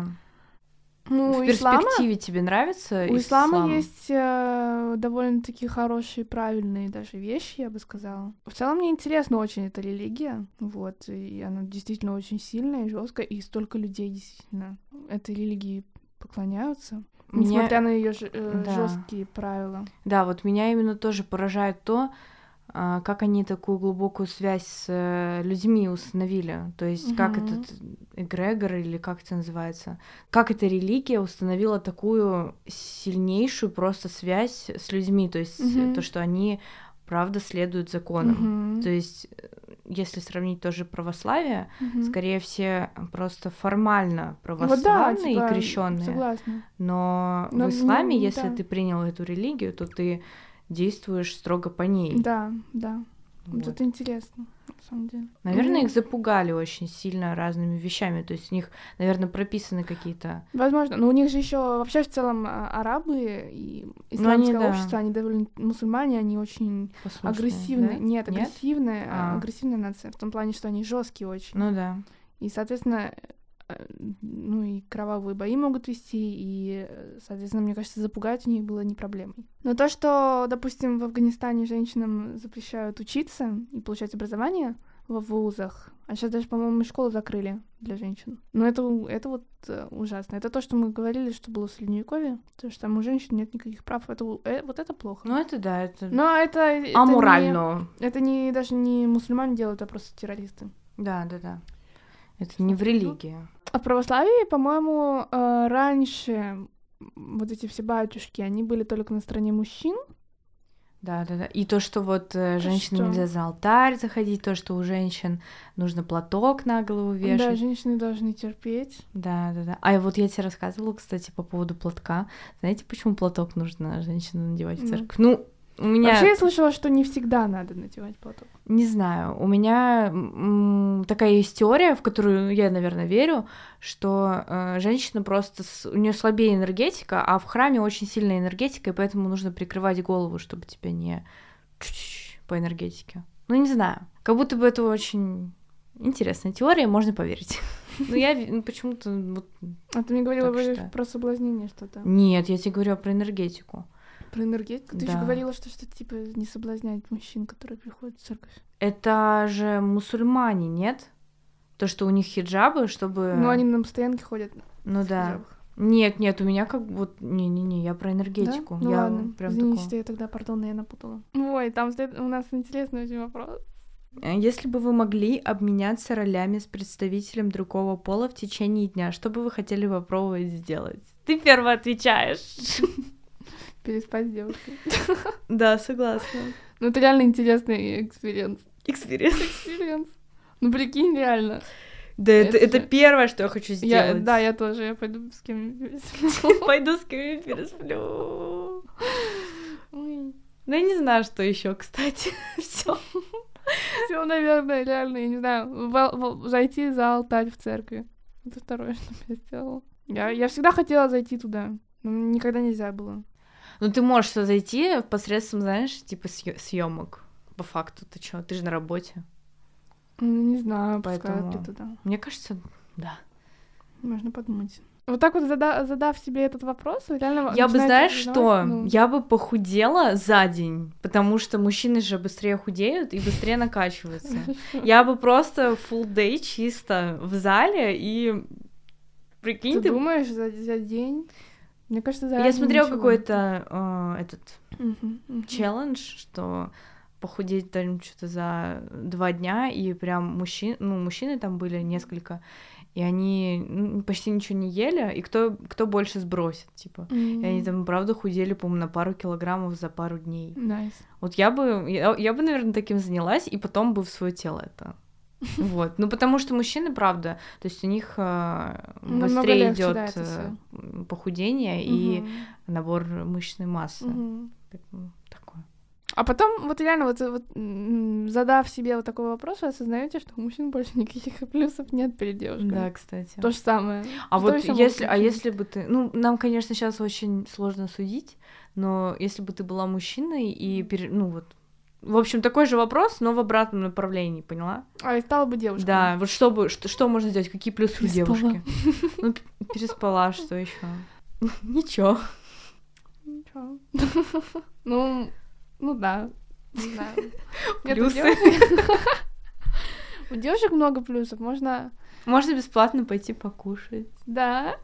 Ну, в у перспективе ислама, тебе нравится у ислама ислам? есть э, довольно-таки хорошие, правильные даже вещи, я бы сказала. В целом мне интересна очень эта религия, вот, и она действительно очень сильная и жесткая, и столько людей действительно этой религии поклоняются, Меня... несмотря на ее ж- э, Да. жесткие правила. Да, вот меня именно тоже поражает то, а, как они такую глубокую связь с э, людьми установили. То есть Мгм. как этот эгрегор, или как это называется, как эта религия установила такую сильнейшую просто связь с людьми. То есть Мгм. то, что они правда следуют законам. Мгм. То есть э, если сравнить тоже православие, Мгм. скорее все просто формально Вот да, православные типа, и крещенные. согласна. Но Но, в исламе, ну, если да. ты принял эту религию, то ты действуешь строго по ней. Да, да. Вот Вот. это интересно, на самом деле. Наверное, Ну, их запугали очень сильно разными вещами. То есть у них, наверное, прописаны какие-то... возможно, но у них же еще вообще в целом а, арабы и они, исламское да. общество, они довольно мусульмане, они очень послушные, агрессивные. да? Нет, Нет? агрессивная, А. агрессивная нация в том плане, что они жесткие очень. Ну да. И, соответственно, э, ну и кровавые бои могут вести, и, э, соответственно, мне кажется, запугать у них было не проблемой. Но то, что, допустим, в Афганистане женщинам запрещают учиться и получать образование в вузах, а сейчас даже, по-моему, и школу закрыли для женщин. Но это, это вот э, ужасно. Это то, что мы говорили, что было в Средневековье, то, что там у женщин нет никаких прав. Это, э, вот это плохо. Ну это да, это Но это, это, не, аморально. это не даже не мусульмане делают, а просто террористы. Да, да, да. Это не в религии. А в православии, по-моему, э, раньше вот эти все батюшки, они были только на стороне мужчин. Да, да, да. И то, что вот э, женщинам что? нельзя за алтарь заходить, то, что у женщин нужно платок на голову вешать. Да, женщины должны терпеть. Да, да, да. А вот я тебе рассказывала, кстати, по поводу платка. Знаете, почему платок нужно женщинам надевать в Ну. церковь? Ну, у меня... Вообще я слышала, что не всегда надо надевать платок. Не знаю, у меня м, такая есть теория, в которую я, наверное, верю, что э, женщина просто... С... У нее слабее энергетика, а в храме очень сильная энергетика, и поэтому нужно прикрывать голову, чтобы тебя не... по энергетике. Ну, не знаю. Как будто бы это очень интересная теория, можно поверить. Ну, я ну, почему-то... Вот... А ты мне говорила Так вроде что? про соблазнение что-то. Нет, я тебе говорю про энергетику. Про энергетику? Ты Да. еще говорила, что что-то типа не соблазнять мужчин, которые приходят в церковь. Это же мусульмане, нет? То, что у них хиджабы, чтобы... Ну, они на постоянке ходят. Ну в да. хиджабах. Нет, нет, у меня как вот... Не-не-не, я про Да? энергетику. Ну я ладно, прям извините, такого. что я тогда, пардон, я напутала. Ой, там след- у нас интересный очень вопрос. Если бы вы могли обменяться ролями с представителем другого пола в течение дня, что бы вы хотели попробовать сделать? Ты первый отвечаешь. Переспать с девушкой. Да, согласна. Ну, это реально интересный экспириенс. Экспириенс. Экспириенс. Ну, прикинь, реально. Да, это, Это это же- первое, что я хочу Я, сделать. да, я тоже, я пойду с кем-нибудь пересплю. Пойду с кем-нибудь пересплю. Ой. Ну, я не знаю, что еще, кстати. Все. Всё, наверное, реально, я не знаю, в ал- в- зайти за алтарь в церкви. Это второе, что я сделала. Я, я всегда хотела зайти туда, но никогда нельзя было. Ну, ты можешь зайти посредством, знаешь, типа съемок. По факту, ты что, ты же на работе. Ну, не знаю, Поэтому- пускают ли туда. Мне кажется, да. Можно подумать. Вот так вот зада- задав себе этот вопрос, вы реально Я бы, начинаете знаешь, что? осознавать, ну, Я бы похудела за день, потому что мужчины же быстрее худеют и быстрее накачиваются. Я бы просто full day чисто в зале и... Прикинь, Ты ты... думаешь за, за день? Мне кажется, за Я раз смотрела ничего. какой-то э, этот Мгм, мгм. челлендж, что похудеть там что-то за два дня, и прям мужчин, ну, мужчины там были несколько, и они ну, почти ничего не ели, и кто, кто больше сбросит, типа. М. И они там, правда, худели, по-моему, на пару килограммов за пару дней. Найс. Вот я бы, я, я бы, наверное, таким занялась, и потом бы в свое тело это Вот. Ну, потому что мужчины, правда, то есть у них э, Намного быстрее легче, идет да, это всё. похудение и Мгм. набор мышечной массы. Мгм. Поэтому такое. А потом, вот реально, вот, вот м, задав себе вот такой вопрос, вы осознаете, что у мужчин больше никаких плюсов нет перед девушками. Да, кстати. То же самое. А Что вот ещё могут если, а мужчины? если бы ты, ну, нам, конечно, сейчас очень сложно судить, но если бы ты была мужчиной и, пере- ну, вот, в общем, такой же вопрос, но в обратном направлении, поняла? А, и стала бы девушкой. Да, вот что бы, что, что можно сделать, какие плюсы у Переспала. девушки? Ну, п- переспала, что еще? Ничего. Ничего. Ну, ну да. Не знаю. Нет, у Плюсы. девушек- У девушек много плюсов. Можно, Можно бесплатно пойти покушать. да.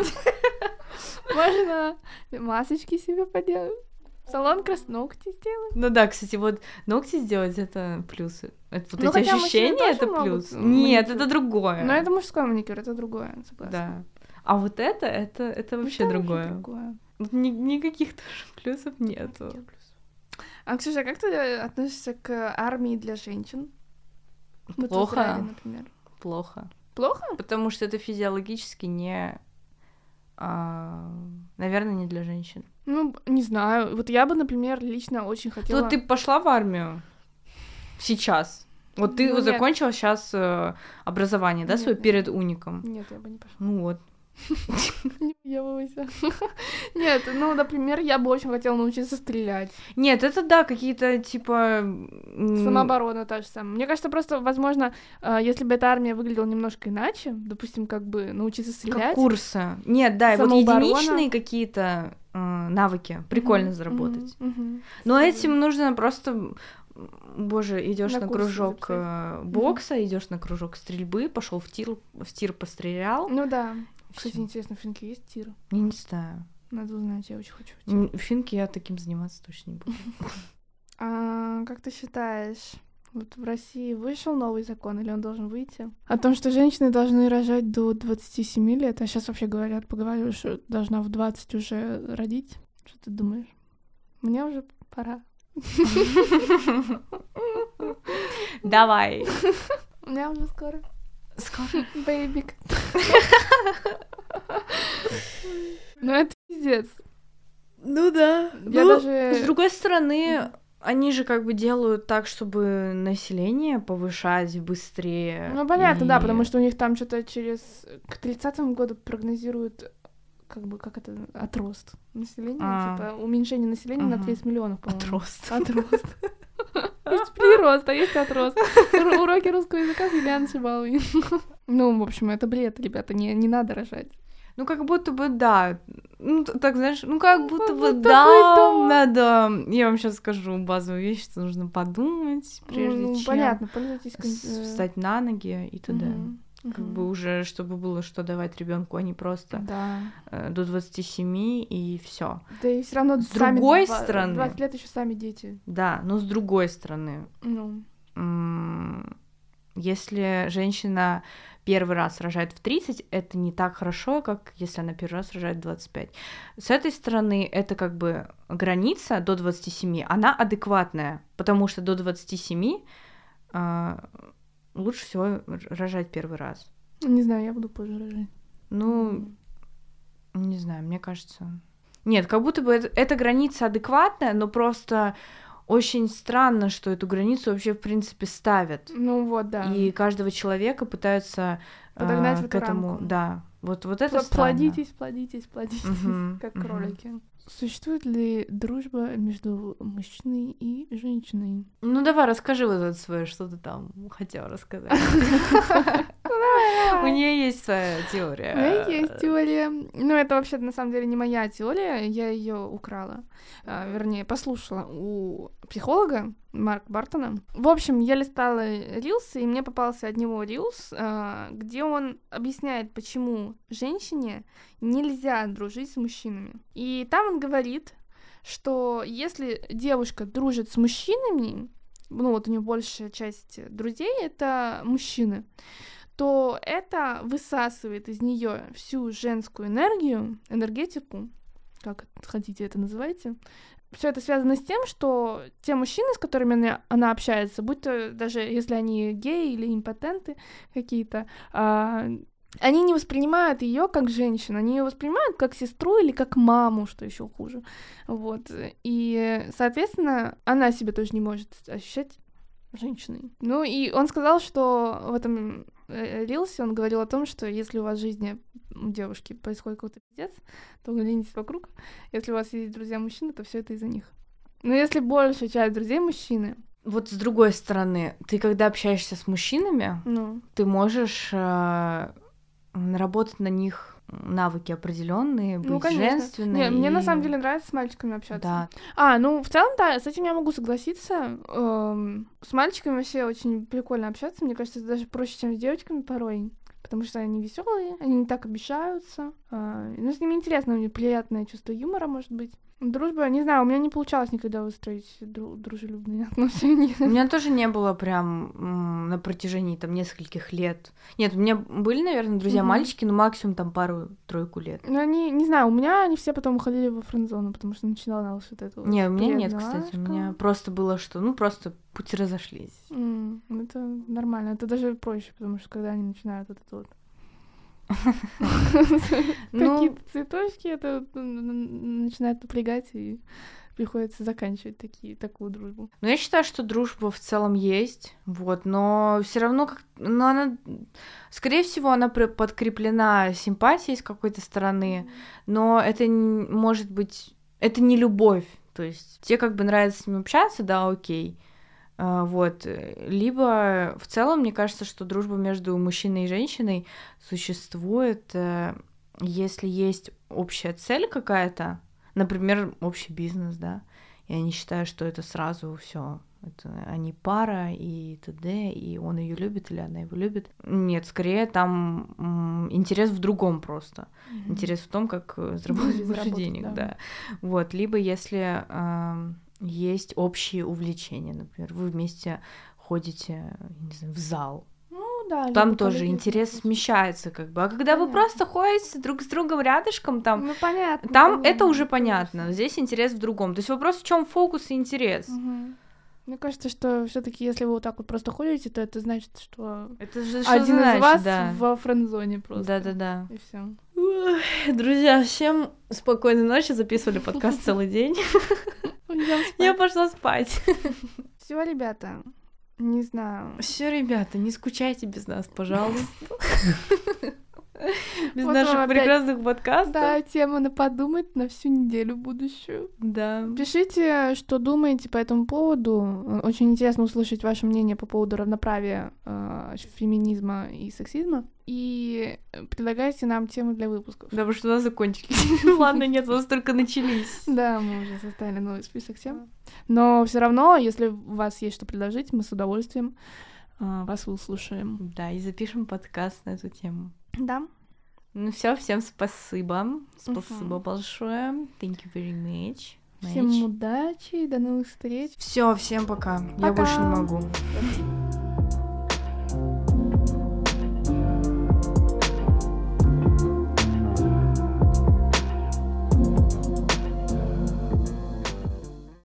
Можно масочки себе поделать. Салон крас ногти сделать. Ну да, кстати, вот ногти сделать это плюсы. Это вот Ну, эти хотя мужчины ощущения тоже это могут плюс. маникюр. Нет, это другое. Но это мужской маникюр, это другое, согласна. Да. А вот это, это, это вообще Это другое. другое. Вот ни- никаких тоже плюсов нету. Никаких плюсов. А, Ксюша, как ты относишься к армии для женщин? Вот в Плохо. Израиле, например. Плохо. Плохо? Потому что это физиологически не... а, наверное, не для женщин. Ну, не знаю. Вот я бы, например, лично очень хотела... Вот ты пошла в армию сейчас. Вот ты Ну, нет. закончила сейчас образование, да, Нет, свое нет. перед уником? Нет, я бы не пошла. Ну вот. Не въебывайся. Нет, ну, например, я бы очень хотела научиться стрелять. Нет, это да, какие-то типа... м, Самооборона та же самая. Мне кажется, просто, возможно, э, если бы эта армия выглядела немножко иначе, допустим, как бы научиться Как стрелять. курсы. Нет, да, и вот Самооборона. единичные какие-то э, навыки прикольно Мгм, заработать. мгм, мгм. Но Стрельба. этим нужно просто, м, боже, идешь На на, курсы кружок записать. э, бокса, идешь на кружок стрельбы, пошел в тир, в тир пострелял. Ну да. Кстати, Всё. интересно, в Финке есть тир? Я не знаю. Надо узнать, я очень хочу. в тир. М, В финке я таким заниматься точно не буду. А, как ты считаешь, вот в России вышел новый закон, или он должен выйти? О том, что женщины должны рожать до двадцати семи лет, а сейчас вообще говорят, поговаривают, что должна в двадцать уже родить. Что ты думаешь? Мне уже пора. Давай. У меня уже скоро. Скоро. Бэйбик. Ну это пиздец. Ну да. Я Ну, даже... с другой стороны, они же как бы делают так, чтобы население повышать быстрее. Ну понятно, да, и- потому что у них там что-то через... К тридцатому году прогнозируют как бы, как это, отрост населения, А. типа уменьшение населения на Ага. тридцать миллионов, по-моему. Отрост. Отрост. Есть прирост, а есть отрост. Ур- Уроки русского языка с Юлианой Шибаловой. Ну, в общем, это бред, ребята, не, не надо рожать. Ну, как будто бы да. Ну, т- так, знаешь, ну, как будто бы будто бы да, да. надо... Я вам сейчас скажу базовую вещь, что нужно подумать, прежде Ну, чем понятно, пользуйтесь... кон- с- э, встать на ноги и т.д. мгм, Как мгм. бы уже, чтобы было что давать ребенку, а не просто Да. э, до двадцати семи и все. Да и все равно С сами другой два- стороны- двадцать лет еще сами дети. Да, но с другой стороны, Ну, м, если женщина первый раз рожает в тридцать, это не так хорошо, как если она первый раз рожает в двадцать пять. С этой стороны, это как бы граница до двадцати семи, она адекватная, потому что до двадцати семи а, лучше всего р- рожать первый раз. не знаю, я буду позже рожать. Ну, не знаю, мне кажется... Нет, как будто бы это, эта граница адекватная, но просто очень странно, что эту границу вообще, в принципе, ставят. Ну вот, да. И каждого человека пытаются а, Подогнать в эту к этому... рамку. Да, вот, вот это Пла- странно. Плодитесь, плодитесь, плодитесь, Мгм, как мгм. кролики. Существует ли дружба между мужчиной и женщиной? Ну, давай, расскажи вот это свое, что ты там хотела рассказать. У нее есть своя теория. У меня есть теория. Ну, это вообще на самом деле не моя теория, я ее украла. А, вернее, послушала у психолога Марка Бартона. В общем, я листала рилсы, и мне попался от него рилс, а, где он объясняет, почему женщине нельзя дружить с мужчинами. И там он говорит, что если девушка дружит с мужчинами, ну вот у нее большая часть друзей это мужчины, то это высасывает из нее всю женскую энергию, энергетику, как хотите это называйте, все это связано с тем, что те мужчины, с которыми она, она общается, будь то даже если они геи или импотенты какие-то, а, они не воспринимают ее как женщину, они ее воспринимают как сестру или как маму, что еще хуже. Вот. И, соответственно, она себя тоже не может ощущать женщиной. Ну и он сказал, что в этом рилсе он говорил о том, что если у вас в жизни у девушки происходит какой-то пиздец, то глянитесь вокруг. Если у вас есть друзья-мужчины, то все это из-за них. Но если большая часть друзей мужчины... Вот с другой стороны, ты когда общаешься с мужчинами, ну... ты можешь э, наработать на них навыки определенные, быть ну, конечно. женственной. Не, мне и... на самом деле нравится с мальчиками общаться. Да. А, ну, в целом, да, с этим я могу согласиться. Эм, с мальчиками вообще очень прикольно общаться. Мне кажется, это даже проще, чем с девочками порой. Потому что они веселые, они не так обижаются. А, ну, с ними интересно, у них приятное чувство юмора, может быть. Дружба, не знаю, у меня не получалось никогда выстроить дру- дружелюбные отношения. У меня тоже не было прям м, на протяжении там нескольких лет. Нет, у меня были, наверное, друзья-мальчики, но максимум там пару-тройку лет. Ну, они, не знаю, у меня они все потом уходили во френд-зону, потому что начиналась вот это вот. Не, у меня нет, предновашка. кстати. У меня просто было, что, ну, просто пути разошлись. Mm, это нормально, это даже проще, потому что когда они начинают вот это вот какие-то цветочки, это начинает напрягать, и приходится заканчивать такие, такую дружбу. Ну, я считаю, что дружба в целом есть, вот, но все равно, как, ну, она, скорее всего, она подкреплена симпатией с какой-то стороны, но это может быть, это не любовь, то есть тебе как бы нравится с ним общаться, да, окей, вот, либо в целом, мне кажется, что дружба между мужчиной и женщиной существует, если есть общая цель какая-то, например, общий бизнес, да, я не считаю, что это сразу все, это они пара и т.д., и он ее любит или она его любит. Нет, скорее там м, интерес в другом просто, mm-hmm. интерес в том, как заработать больше денег, да. да. Вот, либо если э, есть общие увлечения, например, вы вместе ходите, не знаю, в зал. Да, там тоже интерес есть. Смещается, как бы. А когда понятно. Вы просто ходите друг с другом рядышком, там, ну, понятно, там понятно, это уже понятно. Конечно. Здесь интерес в другом. То есть вопрос в чем фокус и интерес. Угу. Мне кажется, что все-таки, если вы вот так вот просто ходите, то это значит, что, это же, что один значит, из вас да. во френд-зоне просто. Да-да-да. И все. Друзья, всем спокойной ночи. Записывали подкаст целый день. Я пошла спать. Все, ребята. Не знаю. Все, ребята, не скучайте без нас, пожалуйста. Без наших прекрасных подкастов. Да, тема на подумать на всю неделю будущую. Да. Пишите, что думаете по этому поводу. Очень интересно услышать ваше мнение по поводу равноправия, феминизма и сексизма. И предлагайте нам темы для выпусков. Да, потому что у нас закончились. Ладно, нет, у нас только начались. Да, мы уже составили новый список тем. Но все равно, если у вас есть что предложить, мы с удовольствием вас выслушаем. Да, и запишем подкаст на эту тему. Да. Ну все, всем спасибо. Спасибо uh-huh. большое. Thank you very much. Всем удачи и до новых встреч. Все, всем пока. пока. Я больше не могу.